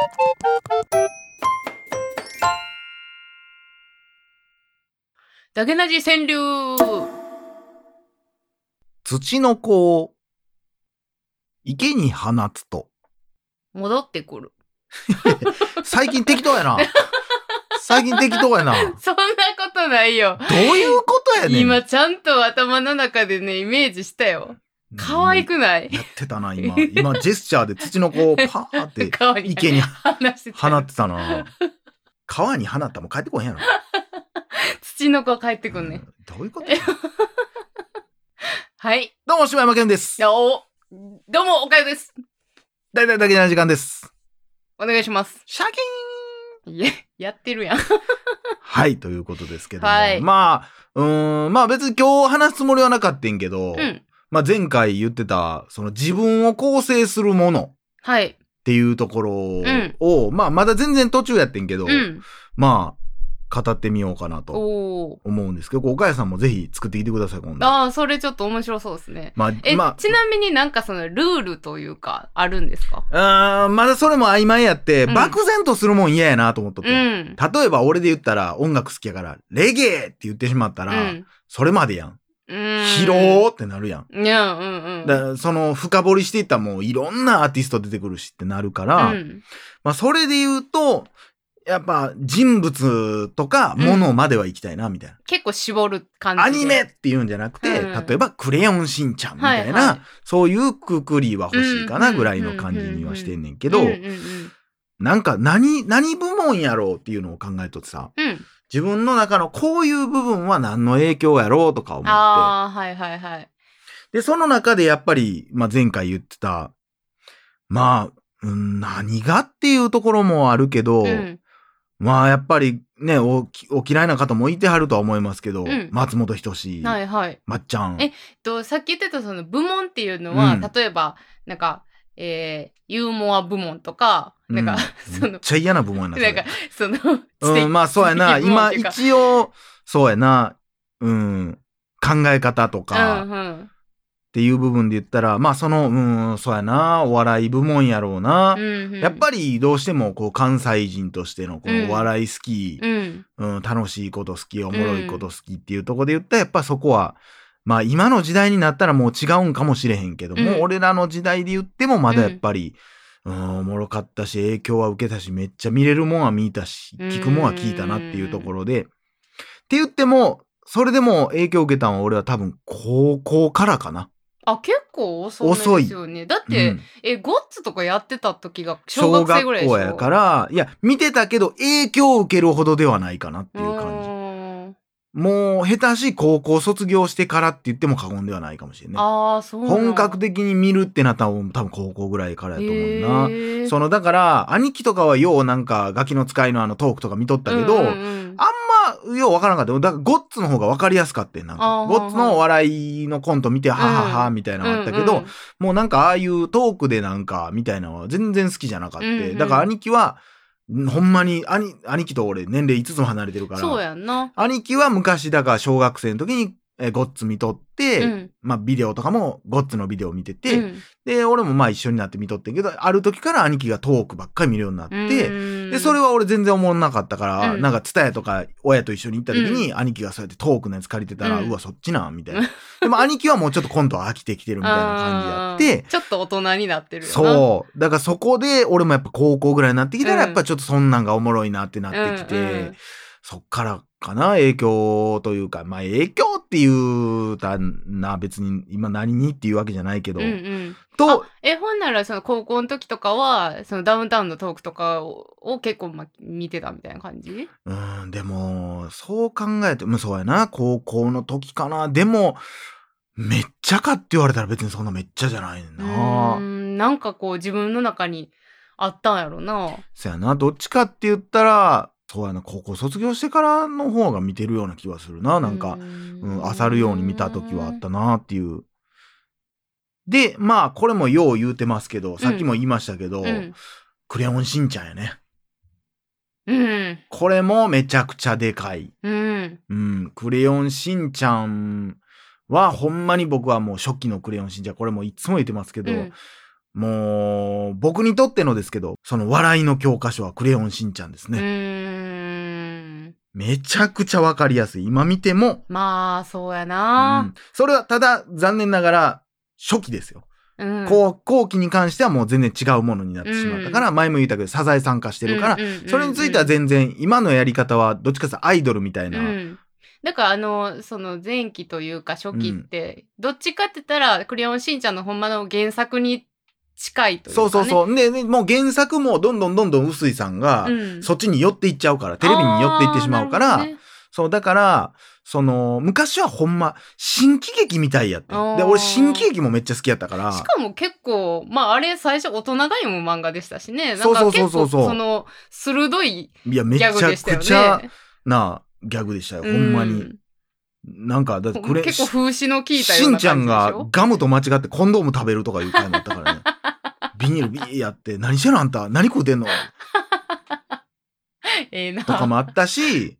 だけなじ川柳。 土の子を池に放つと。 戻ってくる。 最近適当やな。最近適当やな。 そんなことないよ。 どういうことやねん。 今ちゃんと頭の中でね、イメージしたよ。可愛くない？ やってたな、今。今、ジェスチャーで土の子をパーって池に放ってたな。川に放ったらもう帰ってこへんやろ。 土の子帰ってくんね。 どういうこと？ はい。 どうも、柴山健です。 どうも、おかゆです。 だいたいだけな時間です。 お願いします。 シャキーン。やってるやん。 はい、ということですけども。 はい、 まあ別に今日話すつもりはなかったんけど、まあ前回言ってた、その自分を構成するもの。はい。っていうところを、まあまだ全然途中やってんけど、まあ、語ってみようかなと思うんですけど、岡谷さんもぜひ作ってきてください、今度。 ああ、それちょっと面白そうですね。ちなみになんかそのルールというか、あるんですか？ まだそれも曖昧やって、漠然とするもん嫌やなと思っとって。例えば俺で言ったら音楽好きやから、レゲエって言ってしまったら、それまでやん。広ーってなるやん。だからその深掘りしていったらもういろんなアーティスト出てくるしってなるから、まあそれで言うと、やっぱ人物とか物までは行きたいなみたいな。 結構絞る感じで。 アニメっていうんじゃなくて、例えばクレヨンしんちゃんみたいな、そういうくくりは欲しいかなぐらいの感じにはしてんねんけど、なんか何部門やろうっていうのを考えとってさ、自分の中のこういう部分は何の影響やろうとか思って。 はい。 で、その中でやっぱり、まあ前回言ってた、まあ、何がっていうところもあるけど、まあやっぱりね、お嫌いな方もいてはるとは思いますけど、松本人志、まっちゃん。 さっき言ってたその部門っていうのは、例えば、なんか、ユーモア部門とか、なんか、 めっちゃ嫌な部門やな。 なんか、その、 まあそうやな。今一応、そうやな。考え方とか、っていう部分で言ったら、まあそうやな、お笑い部門やろうな。やっぱりどうしてもこう関西人としてのこのお笑い好き、楽しいこと好き、おもろいこと好きっていうところで言ったら、やっぱそこは、まあ今の時代になったらもう違うんかもしれへんけども、俺らの時代で言ってもまだやっぱり、おもろかったし、影響は受けたし、めっちゃ見れるもんは見たし、聞くもんは聞いたなっていうところで、って言っても、それでも影響を受けたのは俺は多分高校からかな。 結構遅いですよね。だって、ゴッツとかやってた時が小学生ぐらいでしょ？ 小学校やから、いや、見てたけど影響を受けるほどではないかなっていう感じ。もう、下手し高校卒業してからって言っても過言ではないかもしれない。本格的に見るってなったら多分高校ぐらいからやと思うな。だから、兄貴とかはようなんかガキの使いのトークとか見とったけど、あんまようわからんかった。だからゴッツの方がわかりやすかったよ。なんか、ゴッツのお笑いのコント見て、ははは、みたいなのあったけど、もうなんかああいうトークでなんか、みたいなのは全然好きじゃなかった。だから兄貴は、ほんまに、兄貴と俺年齢5つも離れてるから。 そうやんな。 兄貴は昔、だから小学生の時に、ゴッツ見とって、まあビデオとかもゴッツのビデオ見てて、で、俺もまあ一緒になって見とってんけど、ある時から兄貴がトークばっかり見るようになって、で、それは俺全然思わなかったから、なんかツタヤとか親と一緒に行った時に、兄貴がそうやってトークのやつ借りてたら、うわ、そっちな、みたいな。でも兄貴はもうちょっとコント飽きてきてるみたいな感じやって、 ちょっと大人になってるよな。 そう。だからそこで、俺もやっぱ高校ぐらいになってきたら、やっぱちょっとそんなんがおもろいなってなってきて、そっからかな、影響というか、まあ影響っていうたな、別に今何にっていうわけじゃないけど、 ほんならその高校の時とかは、そのダウンタウンのトークとかを結構見てたみたいな感じ？ でも、そう考えて、そうやな、高校の時かな。でも、めっちゃかって言われたら別にそんなめっちゃじゃないな。 なんかこう自分の中にあったんやろな。 そうやな、どっちかって言ったら、そうやな、高校卒業してからの方が見てるような気はするな。なんか、漁るように見た時はあったなっていう。で、まあ、これもよう言うてますけど、さっきも言いましたけど、クレヨンしんちゃんやね。これもめちゃくちゃでかい。クレヨンしんちゃんは、ほんまに僕はもう初期のクレヨンしんちゃん、これもいつも言ってますけど、 もう、僕にとってのですけど、その笑いの教科書はクレヨンしんちゃんですね。めちゃくちゃわかりやすい。今見ても。 まあ、そうやな。 それはただ、残念ながら、初期ですよ。後期に関してはもう全然違うものになってしまったから、前も言ったけど、サザエ参加してるから、それについては全然、今のやり方は、どっちかというとアイドルみたいな。 だからその前期というか初期って、どっちかって言ったら、クレヨンしんちゃんのほんまの原作に近いというか、ね。 そう。で、もう原作もどんどん臼井さんが、そっちに寄っていっちゃうから、テレビに寄っていってしまうから、そう、だから、昔はほんま、新喜劇みたいやって。で、俺新喜劇もめっちゃ好きやったから。 しかも結構、まああれ最初大人が読む漫画でしたしね。 そう。 鋭いギャグでしたよね。いや、めちゃくちゃなギャグでしたよ、ほんまに。なんか、だって結構風刺の効いたような感じでしょ。しんちゃんがガムと間違ってコンドーム食べるとかいう回もあったからね。ビニールビーやって、何してんのあんた何食うてんのな。 とかもあったし、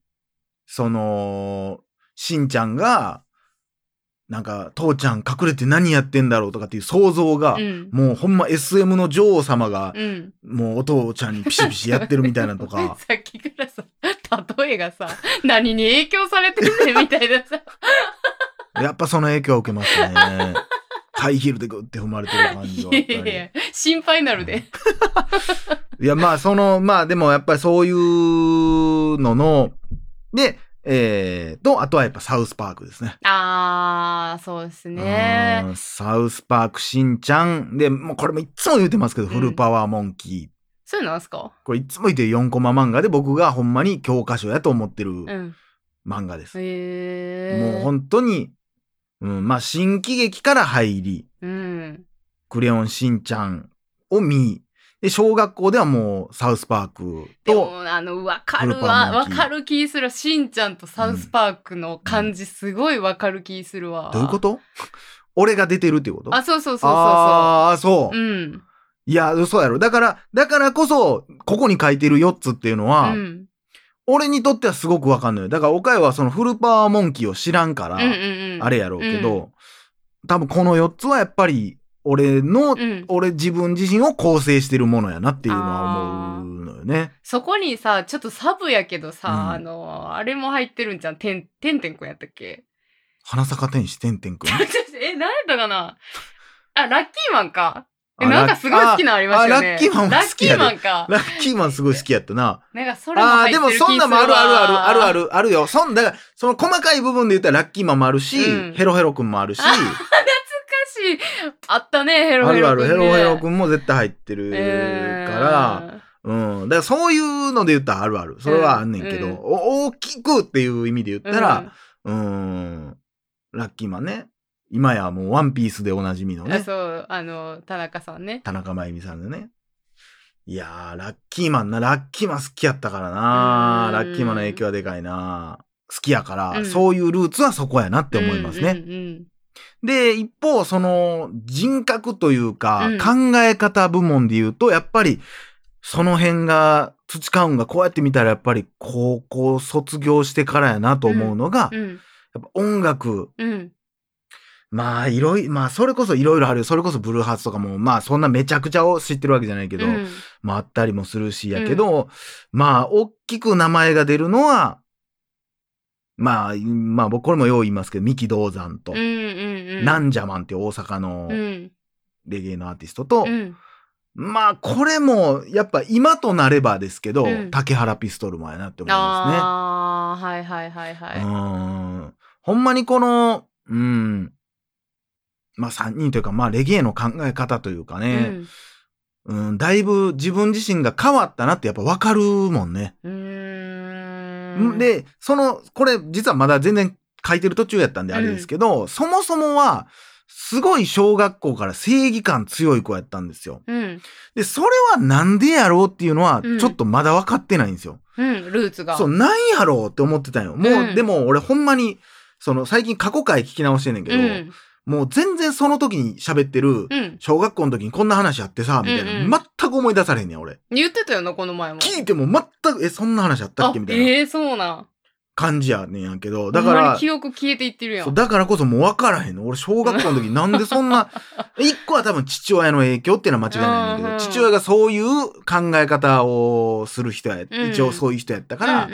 しんちゃんが、なんか、父ちゃん隠れて何やってんだろうとかっていう想像が、もうほんま SM の女王様が、もうお父ちゃんにピシピシやってるみたいなとか。 さっきからさ、例えがさ、何に影響されてるねみたいなさ。 やっぱその影響を受けますね。ハイヒールでグッて踏まれてる感じは。 いや心配になるで。 いや、まあでもやっぱりそういうのの、で、あとはやっぱサウスパークですね。 そうですね。 サウスパークしんちゃん。で、もうこれもいつも言うてますけど、フルパワーモンキー。 そういうのなんすか？ これいつも言ってる4コマ漫画で僕がほんまに教科書やと思ってる漫画です。もう本当に、まあ新喜劇から入り、クレヨンしんちゃんを見、で、小学校ではもうサウスパークと。 でも、わかる気する。しんちゃんとサウスパークの感じ、すごいわかる気するわ。 どういうこと？俺が出てるってこと？ そう。 そう。いや、そうやろ。だからこそ、ここに書いてる4つっていうのは、俺にとってはすごくわかんないよ。だから、岡谷はそのフルパワーモンキーを知らんから、あれやろうけど、多分この4つはやっぱり、俺自分自身を構成してるものやなっていうのは思うのよね。 そこにさ、ちょっとサブやけどさ、あれも入ってるんじゃん。てんてんくんやったっけ？ 花坂天使てんてんくん。 何やったかな？ラッキーマンか。なんかすごい好きなのありましたよね。 ラッキーマンも好きやで。 ラッキーマンか。 ラッキーマンすごい好きやったな。 なんかそれも入ってる気するわ。 でもそんなもあるよ。だから、その細かい部分で言ったらラッキーマンもあるし、ヘロヘロくんもあるし。 あったね、ヘロヘロくん、ね。 ヘロヘロくんも絶対入ってるから、だからそういうので言ったらある。それはあんねんけど、大きくっていう意味で言ったら、ラッキーマンね。今やもうワンピースでおなじみのね。 そう、田中さんね。 田中真由美さんでね。いやー、ラッキーマン好きやったからな。ラッキーマンの影響はでかいな。好きやから、そういうルーツはそこやなって思いますね。で、一方、その人格というか、考え方部門で言うと、やっぱり、その辺が、培うんがこうやって見たらやっぱり高校卒業してからやなと思うのが、やっぱ音楽。まあ、それこそいろいろあるよ。それこそブルーハーツとかも、まあそんなめちゃくちゃ知ってるわけじゃないけど、まああったりもするしやけど、まあ大きく名前が出るのは、まあ僕これもよう言いますけど、三木道山と、ナンジャマンって大阪のレゲエのアーティストと、まあこれもやっぱ今となればですけど、竹原ピストルもやなって思いますね。 はい。 ほんまにこの、まあ3人というか、まあレゲエの考え方というかね、だいぶ自分自身が変わったなってやっぱわかるもんね。で、これ実はまだ全然書いてる途中やったんであれですけど、そもそもは、すごい小学校から正義感強い子やったんですよ。で、それはなんでやろうっていうのは、ちょっとまだ分かってないんですよ。 ルーツが。 そう、なんやろうって思ってたんよ。もう、でも俺ほんまに、最近過去回聞き直してんねんけど、もう全然その時に喋ってる、小学校の時にこんな話あってさ、みたいな、全く思い出されへんねん、俺。 言ってたよな、この前も。 聞いても全く、そんな話あったっけみたいな。 そうなん。 感じやねんやけど、 だかだから、 記憶消えていってるやん。 だからこそもう分からへんの。俺、小学校の時なんでそんな、一個は多分父親の影響っていうのは間違いないんだけど、父親がそういう考え方をする人や、一応そういう人やったから、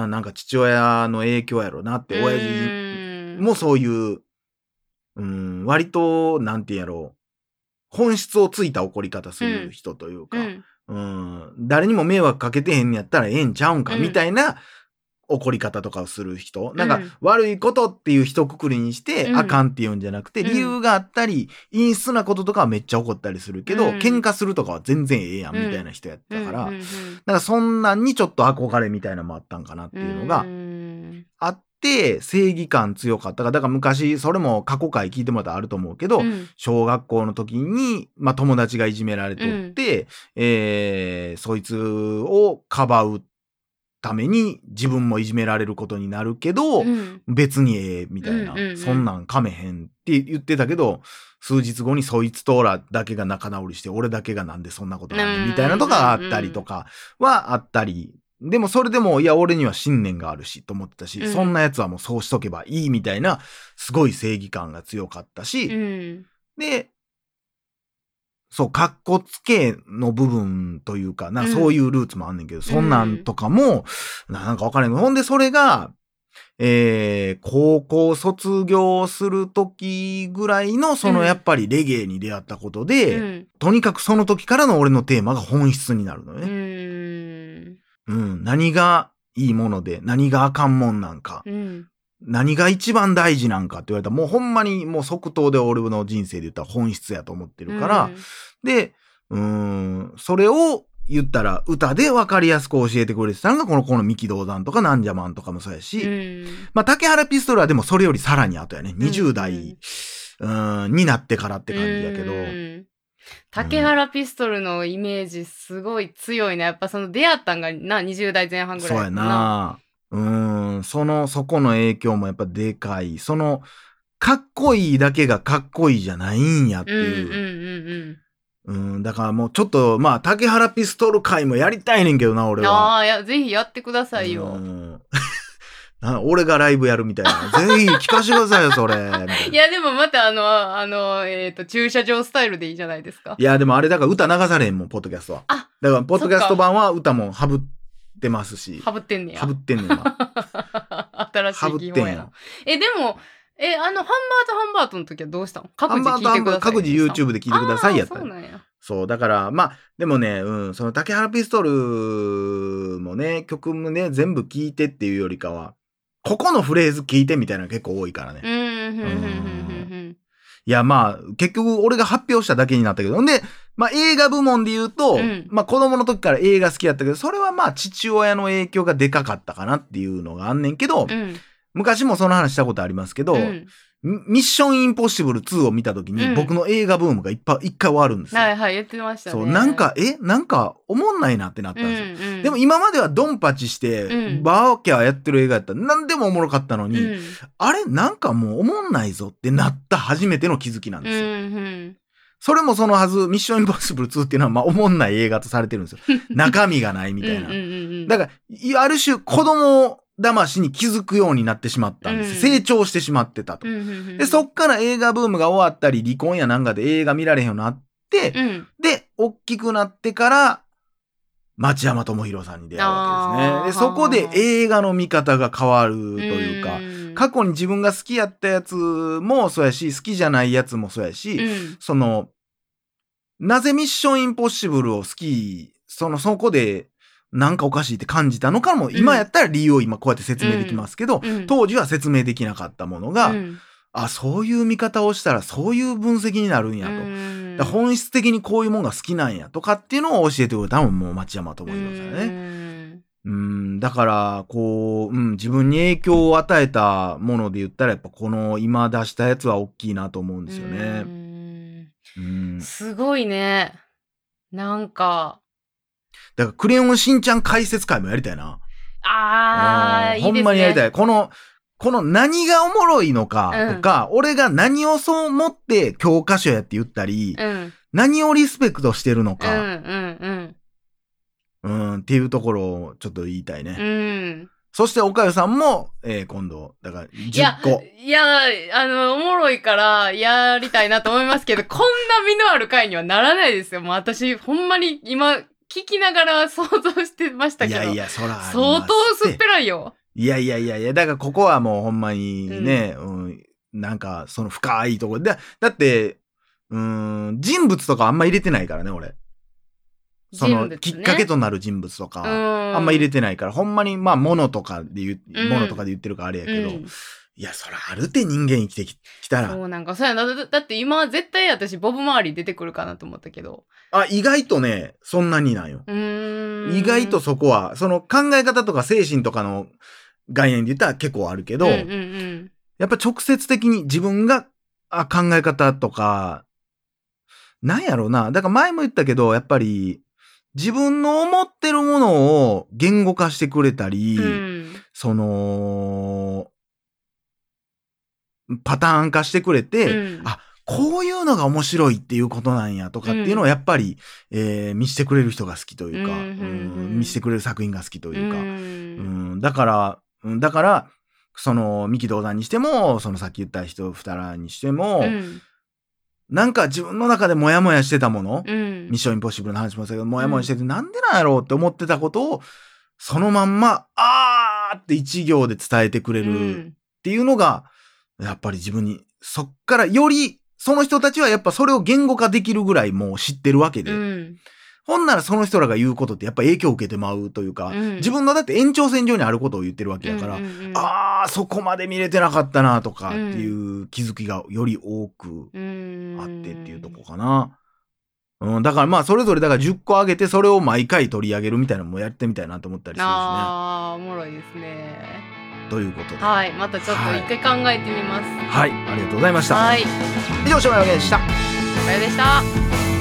なんか父親の影響やろなって、親父もそういう、割と、なんて言うんやろう、本質をついた怒り方する人というか、誰にも迷惑かけてへんやったらええんちゃうんか、みたいな、怒り方とかをする人。なんか、悪いことっていう一括りにして、あかんって言うんじゃなくて、理由があったり、陰湿なこととかはめっちゃ怒ったりするけど、喧嘩するとかは全然ええやん、みたいな人やったから、なんかそんなんにちょっと憧れみたいなのもあったんかなっていうのがあって、正義感強かったから、だから昔、それも過去回聞いてもらったらあると思うけど、小学校の時に、まあ友達がいじめられとって、そいつをかばうために自分もいじめられることになるけど、別にええみたいな、そんなんかめへんって言ってたけど、数日後にそいつとらだけが仲直りして、俺だけがなんでそんなことなんでみたいなとかあったりとかはあったり、でもそれでもいや俺には信念があるしと思ってたし、そんなやつはもうそうしとけばいいみたいなすごい正義感が強かったし、でそう、かっこつけの部分というか、そういうルーツもあんねんけど、そんなんとかも、なんかわからん。ほんで、それが、高校卒業する時ぐらいの、やっぱりレゲエに出会ったことで、とにかくその時からの俺のテーマが本質になるのよね。何がいいもので、何があかんもんなんか。何が一番大事なんかって言われたら、もうほんまにもう即答で俺の人生で言ったら本質やと思ってるから、で、それを言ったら歌で分かりやすく教えてくれてたのがこの三木道山とかなんじゃまんとかもそうやし、まあ竹原ピストルはでもそれよりさらに後やね。20代、になってからって感じやけど。 竹原ピストルのイメージすごい強いな。やっぱその出会ったんがな、20代前半ぐらい。 そうやな。そこの影響もやっぱでかい。かっこいいだけがかっこいいじゃないんやっていう。だからもうちょっと、まあ、竹原ピストル会もやりたいねんけどな、俺は。 ぜひやってくださいよ。 俺がライブやるみたいな。ぜひ聞かせてくださいよ、それ。 いや、でもまた駐車場スタイルでいいじゃないですか。 いや、でもあれだから歌流されへんもん、ポッドキャストは。だから、ポッドキャスト版は歌もハブってますし。 ハブってんねや。 ハブってんねんな。 新しい疑問やな。でも、ハンバートの時はどうしたの？各自聞いてください。 各自 YouTube で聞いてくださいやった。 そうなんや。 そう、だから、まあ、でもね、その竹原ピストルもね、曲もね、全部聞いてっていうよりかは、ここのフレーズ聞いてみたいなの結構多いからね。いや、まあ、結局俺が発表しただけになったけど、んで、まあ映画部門で言うと、まあ子供の時から映画好きやったけど、それはまあ父親の影響がでかかったかなっていうのがあんねんけど、昔もその話したことありますけど、ミッションインポッシブル2を見た時に、僕の映画ブームが一回終わるんですよ。 はいはい、言ってましたね。 そう、なんか、おもんないなってなったんですよ。でも今まではドンパチして、バーキャーやってる映画やったら何でもおもろかったのに、あれなんかもうおもんないぞってなった初めての気づきなんですよ。それもそのはず、ミッションインポッシブル2っていうのは、まあ、おもんない映画とされてるんですよ。中身がないみたいな。だから、ある種、子供魂に気づくようになってしまったんです。成長してしまってたと。で、そっから映画ブームが終わったり、離婚やなんかで映画見られへんようになって、で、大きくなってから、町山智博さんに出会うわけですね。で、そこで映画の見方が変わるというか、過去に自分が好きやったやつもそうやし、好きじゃないやつもそうやし、なぜミッションインポッシブルを好き、そこでなんかおかしいって感じたのかも、今やったら理由を今こうやって説明できますけど、当時は説明できなかったものが、そういう見方をしたらそういう分析になるんやと。本質的にこういうもんが好きなんやとかっていうのを教えてくれたのももう町山智博さんね。だから、自分に影響を与えたもので言ったらやっぱこの今出したやつは大きいなと思うんですよね。 すごいね。なんか。 だからクレヨンしんちゃん解説会もやりたいな。 いいですね。 ほんまにやりたい。この何がおもろいのかとか、俺が何をそう思って教科書やって言ったり、何をリスペクトしてるのか、っていうところをちょっと言いたいね。 そしておかゆさんも、今度、だから10個。 いや、おもろいからやりたいなと思いますけど、こんな身のある回にはならないですよ。もう私、ほんまに今、聞きながら想像してましたけど。 いや、そら。 相当薄っぺらいよ。 いや、だからここはもうほんまにね、なんか、その深いところで、だって、人物とかあんま入れてないからね、俺。その、きっかけとなる人物とか、あんま入れてないから、ほんまに、まあ、物とかで言ってるからあれやけど、いや、そら、あるって人間生きてきたら。 そうなんか、そうやな。だって今、絶対私、ボブ周り出てくるかなと思ったけど。 意外とね、そんなになんよ。意外とそこは、その考え方とか精神とかの概念で言ったら結構あるけど、やっぱ直接的に自分が、考え方とか、なんやろうな。だから前も言ったけど、やっぱり、自分の思ってるものを言語化してくれたり、その、パターン化してくれて、こういうのが面白いっていうことなんやとかっていうのをやっぱり、見せてくれる人が好きというか、見せてくれる作品が好きというか、だから、その、三木道山にしても、そのさっき言った人二人にしても、なんか自分の中でモヤモヤしてたもの、ミッションインポッシブルの話もそうだけど、モヤモヤしててなんでなんやろうって思ってたことを、そのまんま、って一行で伝えてくれるっていうのが、やっぱり自分に、そっからより、その人たちはやっぱそれを言語化できるぐらいもう知ってるわけで、ほんならその人らが言うことってやっぱ影響を受けてまうというか、自分のだって延長線上にあることを言ってるわけだから、そこまで見れてなかったなとかっていう気づきがより多くあってっていうとこかな。だからまあそれぞれだから10個あげてそれを毎回取り上げるみたいなのもやってみたいなと思ったりするしね。 おもろいですね。 ということで。 はい、またちょっと一回考えてみます。 はい、ありがとうございました。 はい。 以上、しょうがやでした。 おやでした。